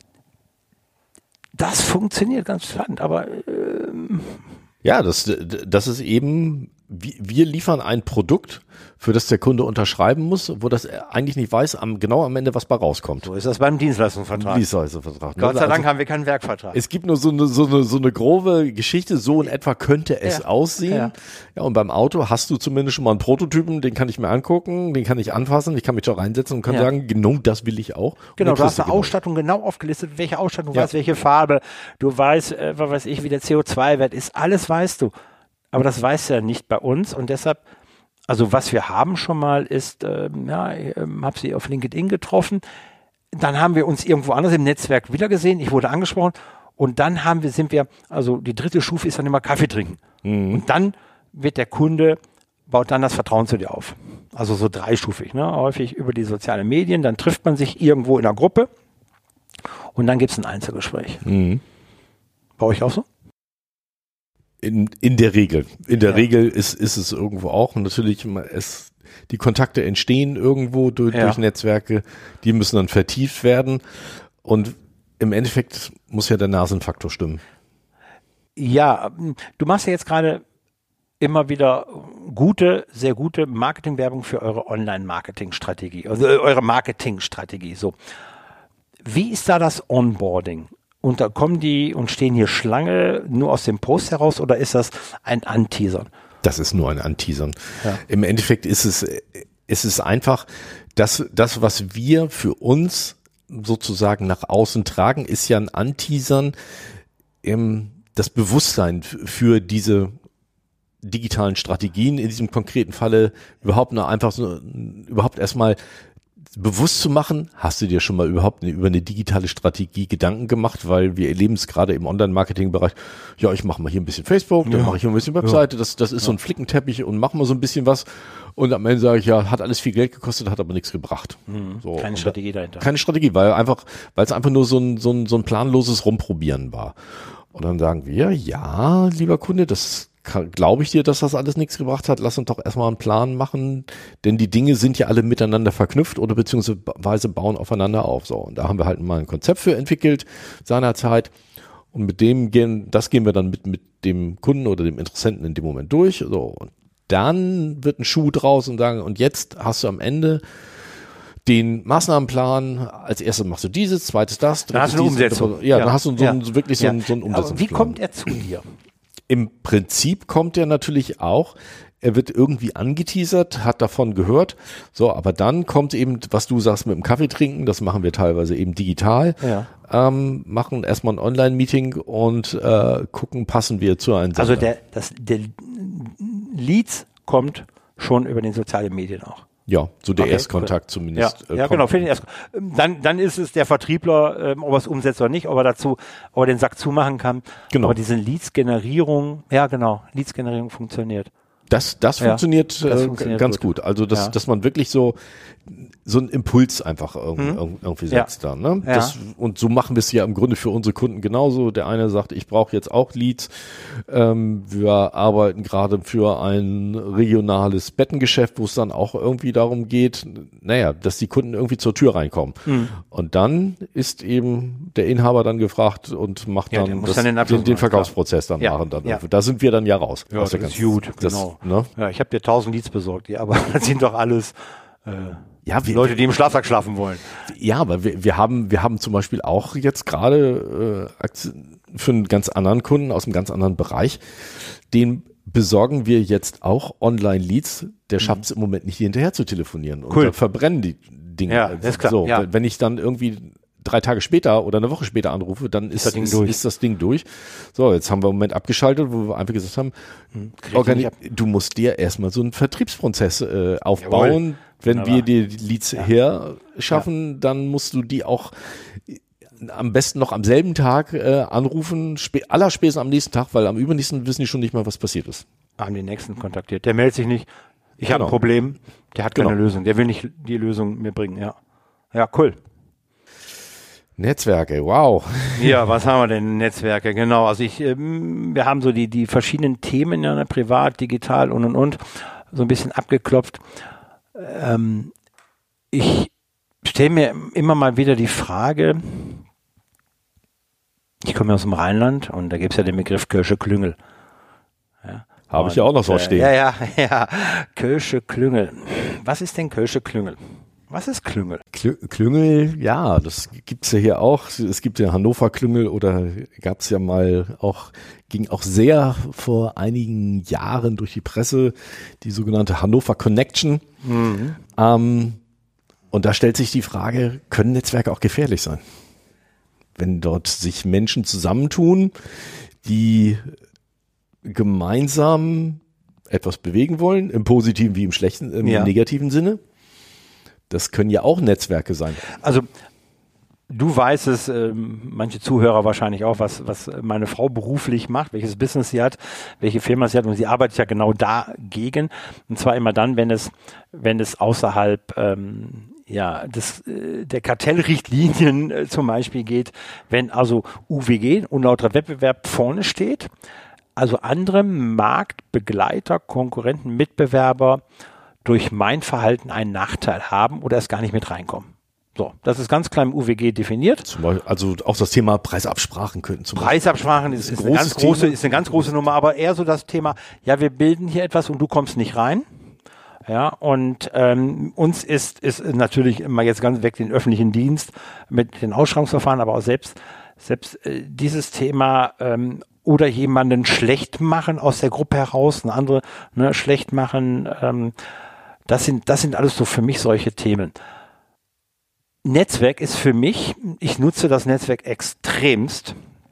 das funktioniert ganz spannend, aber
ja, das ist eben, wir liefern ein Produkt, für das der Kunde unterschreiben muss, wo das eigentlich nicht weiß, genau am Ende, was bei rauskommt.
So ist das beim Dienstleistungsvertrag. Gott sei Dank haben wir keinen Werkvertrag.
Es gibt nur so eine grobe Geschichte, so in etwa könnte es aussehen. Ja, und beim Auto hast du zumindest schon mal einen Prototypen, den kann ich mir angucken, den kann ich anfassen, ich kann mich da reinsetzen und kann sagen, genau das will ich auch.
Genau, du hast eine Ausstattung genau aufgelistet, welche Ausstattung, du weißt, welche Farbe, du weißt, was weiß ich, wie der CO2-Wert ist, alles weißt du. Aber das weißt du ja nicht bei uns und deshalb, also was wir haben schon mal ist, ich habe sie auf LinkedIn getroffen, dann haben wir uns irgendwo anders im Netzwerk wieder gesehen, ich wurde angesprochen und dann sind wir, also die dritte Stufe ist dann immer Kaffee trinken. Und dann wird der Kunde, baut dann das Vertrauen zu dir auf. Also so dreistufig, ne? Häufig über die sozialen Medien, dann trifft man sich irgendwo in einer Gruppe und dann gibt es ein Einzelgespräch. Bei euch auch so?
In der Regel. In der Regel ist es irgendwo auch. Und natürlich, die Kontakte entstehen irgendwo durch Netzwerke, die müssen dann vertieft werden. Und im Endeffekt muss ja der Nasenfaktor stimmen.
Ja, du machst ja jetzt gerade immer wieder sehr gute Marketingwerbung für eure Online-Marketing-Strategie, also eure Marketing-Strategie. So. Wie ist da das Onboarding? Und da kommen die und stehen hier Schlange nur aus dem Post heraus oder ist das ein Anteasern?
Das ist nur ein Anteasern. Ja. Im Endeffekt ist es einfach, das, was wir für uns sozusagen nach außen tragen, ist ja ein Anteasern, das Bewusstsein für diese digitalen Strategien, in diesem konkreten Falle überhaupt erstmal bewusst zu machen. Hast du dir schon mal überhaupt über eine digitale Strategie Gedanken gemacht? Weil wir erleben es gerade im Online-Marketing-Bereich. Ja, ich mache mal hier ein bisschen Facebook, dann mache ich hier ein bisschen Webseite. Das ist so ein Flickenteppich und machen wir so ein bisschen was. Und am Ende sage ich, ja, hat alles viel Geld gekostet, hat aber nichts gebracht. So,
keine Strategie dahinter.
Keine Strategie, weil es einfach nur so ein planloses Rumprobieren war. Und dann sagen wir, ja, lieber Kunde, das glaube ich dir, dass das alles nichts gebracht hat. Lass uns doch erstmal einen Plan machen, denn die Dinge sind ja alle miteinander verknüpft oder beziehungsweise bauen aufeinander auf. So, und da haben wir halt mal ein Konzept für entwickelt seinerzeit und mit dem gehen wir dann mit dem Kunden oder dem Interessenten in dem Moment durch. So, und dann wird ein Schuh draus und sagen, und jetzt hast du am Ende den Maßnahmenplan, als erstes machst du dieses, zweites das, drittes
dann hast du eine Umsetzung.
Dann hast du wirklich so einen Umsetzungsplan.
Aber wie kommt er zu dir?
Im Prinzip kommt er natürlich auch, er wird irgendwie angeteasert, hat davon gehört, so, aber dann kommt eben, was du sagst mit dem Kaffee trinken, das machen wir teilweise eben digital, machen erstmal ein Online-Meeting und gucken, passen wir zu einem Sender.
Also der Leads kommt schon über den sozialen Medien auch.
Ja, so der Erstkontakt zumindest.
Ja, genau. Für den dann ist es der Vertriebler, ob er es umsetzt oder nicht, ob er den Sack zumachen kann.
Genau.
Aber diese Leads-Generierung, Leads-Generierung funktioniert.
Das funktioniert, ganz gut. Also, dass man wirklich so einen Impuls einfach irgendwie setzt dann. Ne? Und so machen wir es ja im Grunde für unsere Kunden genauso. Der eine sagt, ich brauche jetzt auch Leads. Wir arbeiten gerade für ein regionales Bettengeschäft, wo es dann auch irgendwie darum geht, dass die Kunden irgendwie zur Tür reinkommen. Und dann ist eben der Inhaber dann gefragt und macht dann, den Verkaufsprozess dann machen. Da sind wir dann ja raus.
Ja, das ist gut, genau. Ne? Ja, ich habe dir 1000 Leads besorgt, aber das sind doch alles Leute, die im Schlafsack schlafen wollen.
Ja, aber wir haben zum Beispiel auch jetzt gerade für einen ganz anderen Kunden aus einem ganz anderen Bereich, den besorgen wir jetzt auch Online-Leads, der schafft es im Moment nicht, hier hinterher zu telefonieren. Und dann verbrennen die Dinge.
Ja, das ist klar.
So, wenn ich dann irgendwie 3 Tage später oder eine Woche später anrufe, dann ist das Ding durch. So, jetzt haben wir im Moment abgeschaltet, wo wir einfach gesagt haben, du musst dir erstmal so einen Vertriebsprozess aufbauen. Jawohl. Wenn wir dir die Leads herschaffen, dann musst du die auch am besten noch am selben Tag anrufen, allerspätestens am nächsten Tag, weil am übernächsten wissen die schon nicht mal, was passiert ist.
Haben den nächsten kontaktiert. Der meldet sich nicht. Ich habe ein Problem. Der hat keine Lösung. Der will nicht die Lösung mir bringen. Ja, cool.
Netzwerke, wow.
Ja, was haben wir denn? Netzwerke, genau. Also wir haben so die verschiedenen Themen, privat, digital und, so ein bisschen abgeklopft. Ich stelle mir immer mal wieder die Frage, ich komme aus dem Rheinland und da gibt es ja den Begriff Kölsche Klüngel. Ja.
Habe ich ja auch noch so stehen.
Ja, Kölsche Klüngel. Was ist denn Kölsche Klüngel? Was ist Klüngel?
Klüngel, ja, das gibt's ja hier auch. Es gibt ja Hannover Klüngel oder gab's ja mal auch, ging auch sehr vor einigen Jahren durch die Presse, die sogenannte Hannover Connection. Und da stellt sich die Frage, können Netzwerke auch gefährlich sein? Wenn dort sich Menschen zusammentun, die gemeinsam etwas bewegen wollen, im positiven wie im schlechten, im negativen Sinne. Das können ja auch Netzwerke sein.
Also du weißt es, manche Zuhörer wahrscheinlich auch, was meine Frau beruflich macht, welches Business sie hat, welche Firma sie hat, und sie arbeitet ja genau dagegen. Und zwar immer dann, wenn es außerhalb der Kartellrichtlinien zum Beispiel geht, wenn also UWG, unlauterer Wettbewerb, vorne steht, also andere Marktbegleiter, Konkurrenten, Mitbewerber durch mein Verhalten einen Nachteil haben oder es gar nicht mit reinkommen. So, das ist ganz klar im UWG definiert.
Zum Beispiel, also auch das Thema Preisabsprachen könnten zum Beispiel.
Preisabsprachen ist eine ganz große Nummer, aber eher so das Thema, ja, wir bilden hier etwas und du kommst nicht rein. Ja, und uns ist natürlich immer jetzt ganz weg den öffentlichen Dienst mit den Ausschreibungsverfahren, aber auch selbst dieses Thema oder jemanden schlecht machen aus der Gruppe heraus, eine andere schlecht machen, das sind alles so für mich solche Themen. Netzwerk ist für mich, ich nutze das Netzwerk extremst.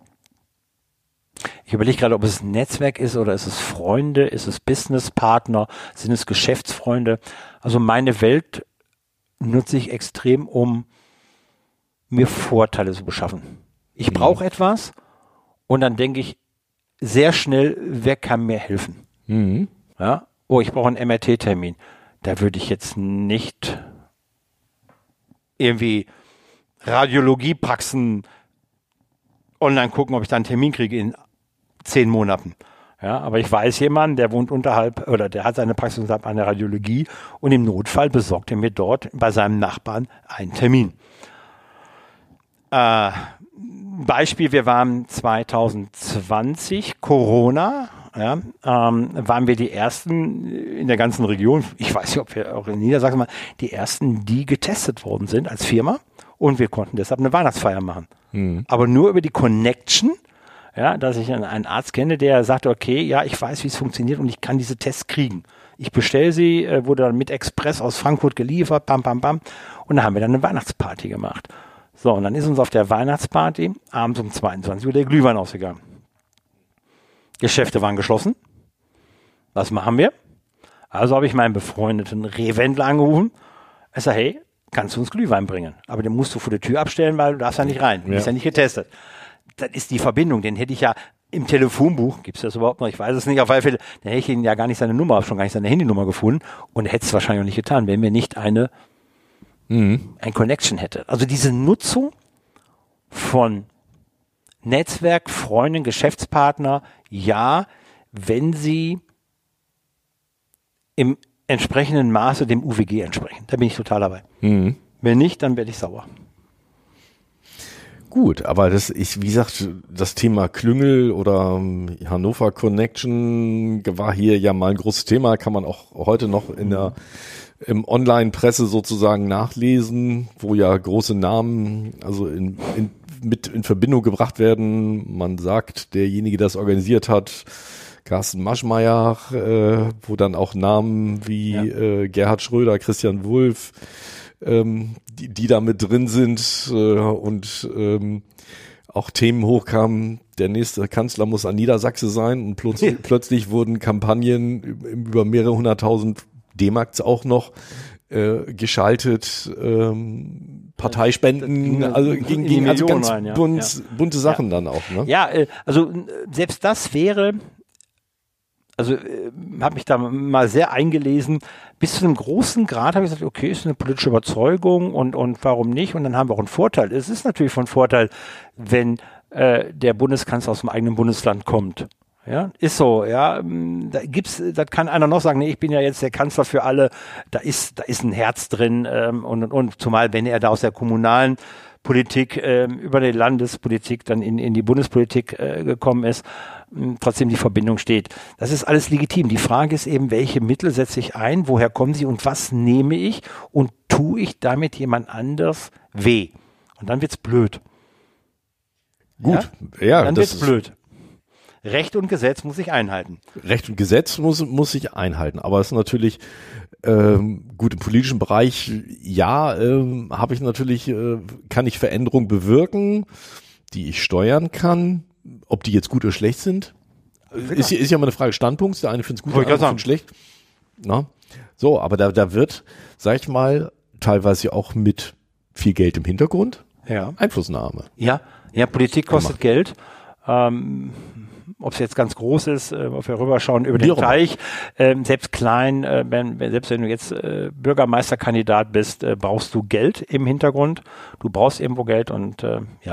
Ich überlege gerade, ob es ein Netzwerk ist oder ist es Freunde, ist es Businesspartner, sind es Geschäftsfreunde. Also meine Welt nutze ich extrem, um mir Vorteile zu beschaffen. Ich brauche etwas und dann denke ich sehr schnell, wer kann mir helfen? Ja? Oh, ich brauche einen MRT-Termin. Da würde ich jetzt nicht irgendwie Radiologiepraxen online gucken, ob ich da einen Termin kriege in 10 Monaten. Ja, aber ich weiß jemanden, der wohnt unterhalb oder der hat seine Praxis unterhalb einer Radiologie und im Notfall besorgt er mir dort bei seinem Nachbarn einen Termin. Beispiel, wir waren 2020, Corona, waren wir die Ersten in der ganzen Region, ich weiß nicht, ob wir auch in Niedersachsen waren, die Ersten, die getestet worden sind als Firma und wir konnten deshalb eine Weihnachtsfeier machen. Aber nur über die Connection, ja, dass ich einen Arzt kenne, der sagte, okay, ja, ich weiß, wie es funktioniert und ich kann diese Tests kriegen. Ich bestelle sie, wurde dann mit Express aus Frankfurt geliefert, bam, bam, bam, und dann haben wir dann eine Weihnachtsparty gemacht. So, und dann ist uns auf der Weihnachtsparty abends um 22 Uhr der Glühwein ausgegangen. Geschäfte waren geschlossen. Was machen wir? Also habe ich meinen befreundeten Rehwendler angerufen. Er sagt, hey, kannst du uns Glühwein bringen? Aber den musst du vor der Tür abstellen, weil du darfst ja nicht rein. Du bist ja nicht getestet. Das ist die Verbindung. Den hätte ich ja im Telefonbuch, gibt es das überhaupt noch? Ich weiß es nicht. Auf alle Fälle, dann hätte ich ihn ja gar nicht seine Nummer, schon gar nicht seine Handynummer gefunden und hätte es wahrscheinlich auch nicht getan, wenn mir nicht ein Connection hätte. Also diese Nutzung von Netzwerk, Freunden, Geschäftspartner, ja, wenn sie im entsprechenden Maße dem UWG entsprechen. Da bin ich total dabei. Wenn nicht, dann werde ich sauer.
Gut, aber wie gesagt, das Thema Klüngel oder Hannover Connection war hier ja mal ein großes Thema, kann man auch heute noch im Online-Presse sozusagen nachlesen, wo ja große Namen also mit in Verbindung gebracht werden. Man sagt, derjenige, der es organisiert hat, Carsten Maschmeyer, wo dann auch Namen wie Gerhard Schröder, Christian Wulff, die da mit drin sind und auch Themen hochkamen, der nächste Kanzler muss ein Niedersachse sein und plötzlich wurden Kampagnen über mehrere 100.000 D-Marks auch noch geschaltet, Parteispenden, also ging also ganz rein, bunte Sachen dann auch. Ne?
Ja, also selbst das wäre, also habe mich da mal sehr eingelesen, bis zu einem großen Grad habe ich gesagt, okay, ist eine politische Überzeugung und warum nicht? Und dann haben wir auch einen Vorteil. Es ist natürlich von Vorteil, wenn der Bundeskanzler aus dem eigenen Bundesland kommt. Ja, ist so, ja. Da kann einer noch sagen, nee, ich bin ja jetzt der Kanzler für alle, da ist ein Herz drin, und zumal, wenn er da aus der kommunalen Politik über die Landespolitik dann in die Bundespolitik gekommen ist, trotzdem die Verbindung steht. Das ist alles legitim. Die Frage ist eben, welche Mittel setze ich ein, woher kommen sie und was nehme ich und tue ich damit jemand anders weh? Und dann wird's blöd.
Gut, ja,
dann wird's blöd. Recht und Gesetz muss ich einhalten.
Recht und Gesetz muss ich einhalten, aber es ist natürlich gut im politischen Bereich, habe ich natürlich, kann ich Veränderungen bewirken, die ich steuern kann. Ob die jetzt gut oder schlecht sind, ist ja mal eine Frage Standpunkts. Der eine findet es gut, der andere findet es schlecht. Na? So, aber da wird, sag ich mal, teilweise auch mit viel Geld im Hintergrund Einflussnahme. Ja,
Politik kostet Geld. Ob es jetzt ganz groß ist, ob wir rüberschauen über den Teich, selbst klein, selbst wenn du jetzt Bürgermeisterkandidat bist, brauchst du Geld im Hintergrund. Du brauchst irgendwo Geld und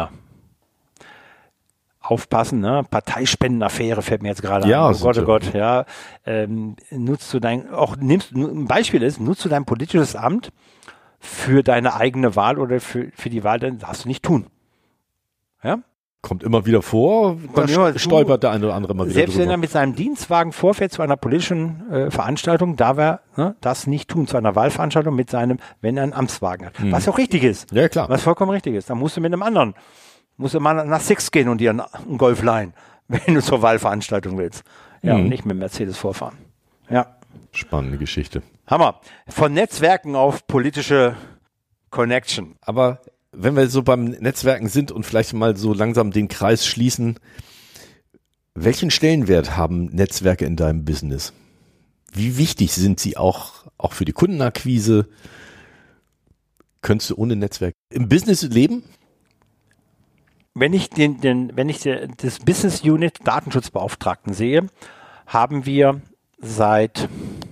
aufpassen, ne? Parteispendenaffäre fällt mir jetzt gerade an. Oh Gott, ja. Nutzt du ein Beispiel ist, nutzt du dein politisches Amt für deine eigene Wahl oder für die Wahl, dann darfst du nicht tun. Ja?
Kommt immer wieder vor, stolpert der eine oder andere mal wieder
selbst drüber. Wenn er mit seinem Dienstwagen vorfährt zu einer politischen Veranstaltung, darf er das nicht tun, zu einer Wahlveranstaltung wenn er einen Amtswagen hat. Was auch richtig ist.
Ja, klar.
Was vollkommen richtig ist. Dann musst du mit einem anderen, mal nach Six gehen und dir einen Golf leihen, wenn du zur Wahlveranstaltung willst. Ja, und nicht mit dem Mercedes vorfahren. Ja.
Spannende Geschichte.
Hammer. Von Netzwerken auf politische Connection.
Aber wenn wir so beim Netzwerken sind und vielleicht mal so langsam den Kreis schließen, welchen Stellenwert haben Netzwerke in deinem Business? Wie wichtig sind sie auch für die Kundenakquise? Könntest du ohne Netzwerk im Business leben?
Wenn ich das Business Unit Datenschutzbeauftragten sehe, haben wir seit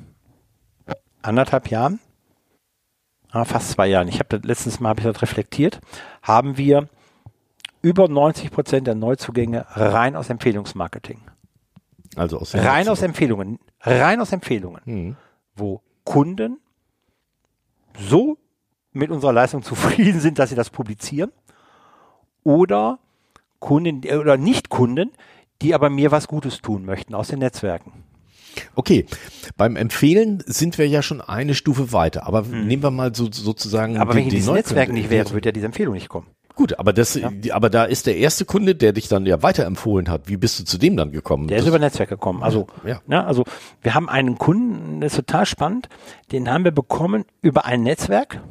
1,5 Jahren, fast 2 Jahren, letztes Mal habe ich das reflektiert, haben wir über 90% der Neuzugänge rein aus Empfehlungsmarketing.
Also aus
Empfehlungen, wo Kunden so mit unserer Leistung zufrieden sind, dass sie das publizieren, oder Kunden oder Nicht-Kunden, die aber mir was Gutes tun möchten aus den Netzwerken.
Okay, beim Empfehlen sind wir ja schon eine Stufe weiter, aber nehmen wir mal sozusagen.
Aber wenn dieses Netzwerk nicht wäre, würde ja diese Empfehlung nicht kommen.
Gut, aber aber da ist der erste Kunde, der dich dann ja weiterempfohlen hat. Wie bist du zu dem dann gekommen?
Der ist über Netzwerk gekommen. Also, also wir haben einen Kunden, das ist total spannend, den haben wir bekommen über ein Netzwerk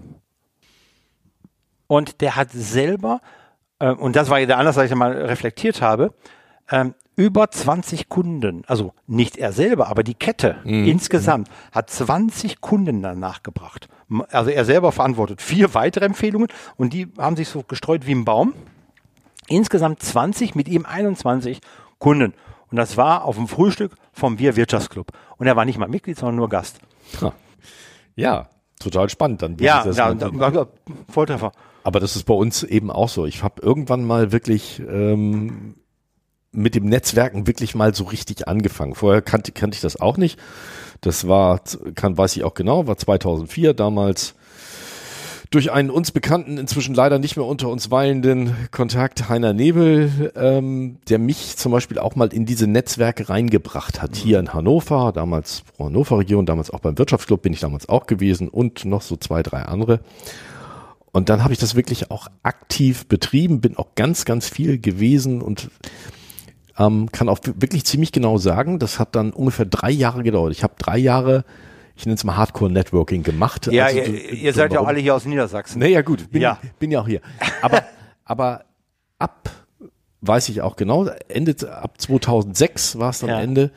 und der hat selber, und das war ja der Anlass, dass ich mal reflektiert habe, über 20 Kunden, also nicht er selber, aber die Kette insgesamt hat 20 Kunden danach gebracht. Also er selber verantwortet 4 weitere Empfehlungen und die haben sich so gestreut wie ein Baum. Insgesamt 20, mit ihm 21 Kunden. Und das war auf dem Frühstück vom Wir-Wirtschaftsclub. Und er war nicht mal Mitglied, sondern nur Gast.
Ja, total spannend. Dann
Volltreffer.
Aber das ist bei uns eben auch so. Ich habe irgendwann mal wirklich mit dem Netzwerken wirklich mal so richtig angefangen. Vorher kannte ich das auch nicht. Das weiß ich auch genau, war 2004 damals durch einen uns bekannten, inzwischen leider nicht mehr unter uns weilenden Kontakt, Heiner Nebel, der mich zum Beispiel auch mal in diese Netzwerke reingebracht hat. Hier in Hannover, damals Hannover Region, damals auch beim Wirtschaftsclub bin ich damals auch gewesen und noch so 2, 3 andere. Und dann habe ich das wirklich auch aktiv betrieben, bin auch ganz, ganz viel gewesen und kann auch wirklich ziemlich genau sagen, das hat dann ungefähr 3 Jahre gedauert. Ich habe 3 Jahre, ich nenne es mal Hardcore-Networking gemacht.
Ja, also, ihr seid ja auch alle hier aus Niedersachsen.
Naja gut, bin ja auch hier. Aber weiß ich auch genau, ab 2006 war es am Ende,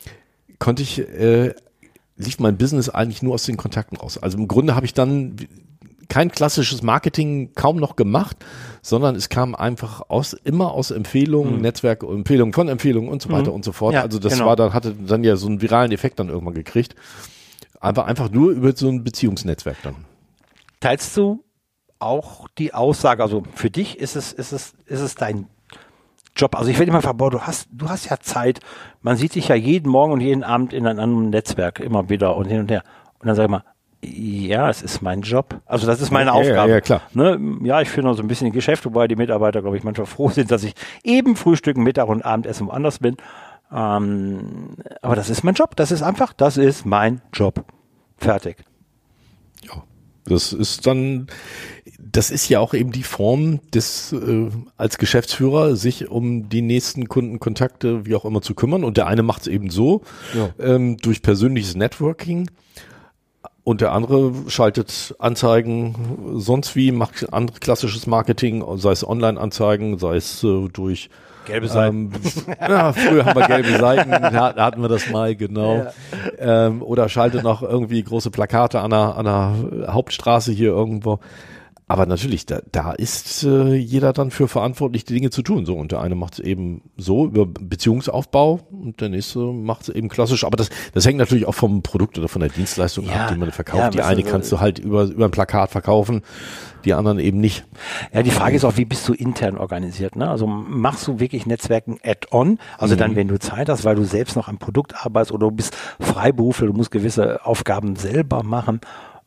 lief mein Business eigentlich nur aus den Kontakten raus. Also im Grunde habe ich dann kein klassisches Marketing kaum noch gemacht, sondern es kam einfach immer aus Empfehlungen, Netzwerkempfehlungen von Empfehlungen und so weiter und so fort. Ja, also das hatte dann ja so einen viralen Effekt dann irgendwann gekriegt. Aber einfach nur über so ein Beziehungsnetzwerk dann.
Teilst du auch die Aussage, also für dich ist es dein Job? Also ich werde immer fragen, du hast ja Zeit, man sieht sich ja jeden Morgen und jeden Abend in einem anderen Netzwerk immer wieder und hin und her. Und dann sage ich mal, ja, es ist mein Job. Also das ist meine Aufgabe.
Ja, klar.
Ne? Ja, ich führe noch so ein bisschen ein Geschäft, wobei die Mitarbeiter, glaube ich, manchmal froh sind, dass ich eben Frühstücken, Mittag und Abendessen woanders bin. Aber das ist mein Job. Das ist mein Job. Fertig.
Ja, das ist ja auch eben die Form des, als Geschäftsführer, sich um die nächsten Kundenkontakte, wie auch immer, zu kümmern. Und der eine macht es eben so, durch persönliches Networking. Und der andere schaltet Anzeigen sonst wie, macht andere klassisches Marketing, sei es Online-Anzeigen, sei es durch
gelbe Seiten.
Früher haben wir gelbe Seiten, da hatten wir das mal, genau. Ja. Oder schaltet noch irgendwie große Plakate an der Hauptstraße hier irgendwo. Aber natürlich, da ist jeder dann für verantwortlich, die Dinge zu tun. So, und der eine macht es eben so über Beziehungsaufbau und der nächste macht es eben klassisch. Aber das hängt natürlich auch vom Produkt oder von der Dienstleistung ab, die man verkauft. Ja, die eine kannst du halt über ein Plakat verkaufen, die anderen eben nicht.
Ja, die Frage ist auch, wie bist du intern organisiert? Ne? Also machst du wirklich Netzwerken add-on? Also dann, wenn du Zeit hast, weil du selbst noch am Produkt arbeitest oder du bist Freiberufler, du musst gewisse Aufgaben selber machen.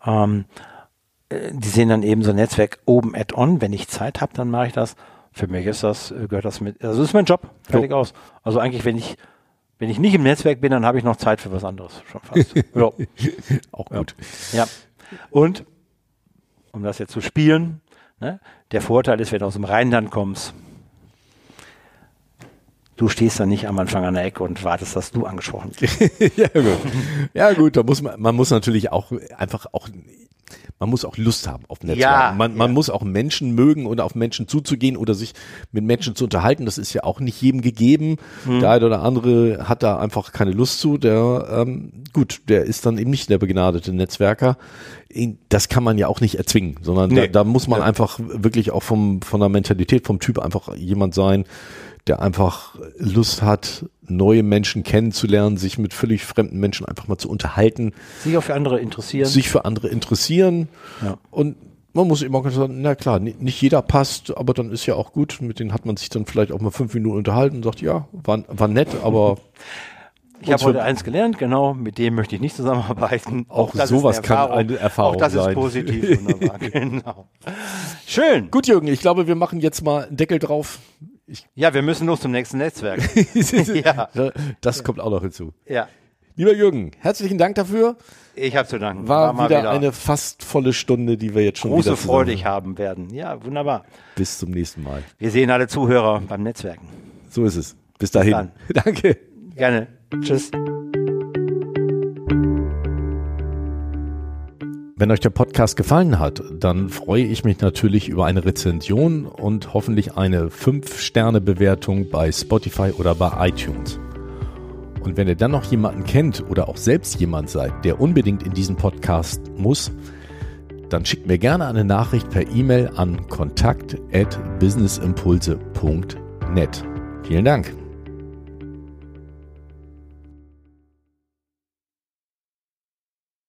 Die sehen dann eben so ein Netzwerk oben add-on. Wenn ich Zeit habe, dann mache ich das. Für mich gehört das mit, also das ist mein Job, fertig aus. Also eigentlich, wenn ich nicht im Netzwerk bin, dann habe ich noch Zeit für was anderes, schon fast. Ja.
Auch gut.
Ja. Und, um das jetzt zu spielen, ne, der Vorteil ist, wenn du aus dem Rheinland kommst, du stehst dann nicht am Anfang an der Ecke und wartest, dass du angesprochen wirst.
Ja gut, man muss natürlich auch einfach auch, man muss auch Lust haben auf Netzwerken. Ja, man muss auch Menschen mögen oder auf Menschen zuzugehen oder sich mit Menschen zu unterhalten. Das ist ja auch nicht jedem gegeben. Der eine oder andere hat da einfach keine Lust zu. Der ist dann eben nicht der begnadete Netzwerker. Das kann man ja auch nicht erzwingen, sondern da muss man einfach wirklich auch von der Mentalität, vom Typ einfach jemand sein, der einfach Lust hat, neue Menschen kennenzulernen, sich mit völlig fremden Menschen einfach mal zu unterhalten.
Sich auch für andere interessieren.
Ja. Und man muss eben auch sagen, na klar, nicht jeder passt, aber dann ist ja auch gut. Mit denen hat man sich dann vielleicht auch mal 5 Minuten unterhalten und sagt, ja, war nett, aber...
Ich habe heute eins gelernt, genau, mit dem möchte ich nicht zusammenarbeiten.
Auch sowas kann eine Erfahrung sein.
Auch das ist positiv, wunderbar, genau. Schön.
Gut, Jürgen, ich glaube, wir machen jetzt mal einen Deckel drauf.
Wir müssen los zum nächsten Netzwerk.
Das kommt auch noch hinzu.
Ja.
Lieber Jürgen, herzlichen Dank dafür.
Ich habe zu danken.
War wieder eine fast volle Stunde, die wir jetzt schon
große Freude haben werden. Ja, wunderbar.
Bis zum nächsten Mal.
Wir sehen alle Zuhörer beim Netzwerken.
So ist es. Bis dahin. Danke.
Gerne. Tschüss.
Wenn euch der Podcast gefallen hat, dann freue ich mich natürlich über eine Rezension und hoffentlich eine 5-Sterne-Bewertung bei Spotify oder bei iTunes. Und wenn ihr dann noch jemanden kennt oder auch selbst jemand seid, der unbedingt in diesen Podcast muss, dann schickt mir gerne eine Nachricht per E-Mail an kontakt@businessimpulse.net. Vielen Dank.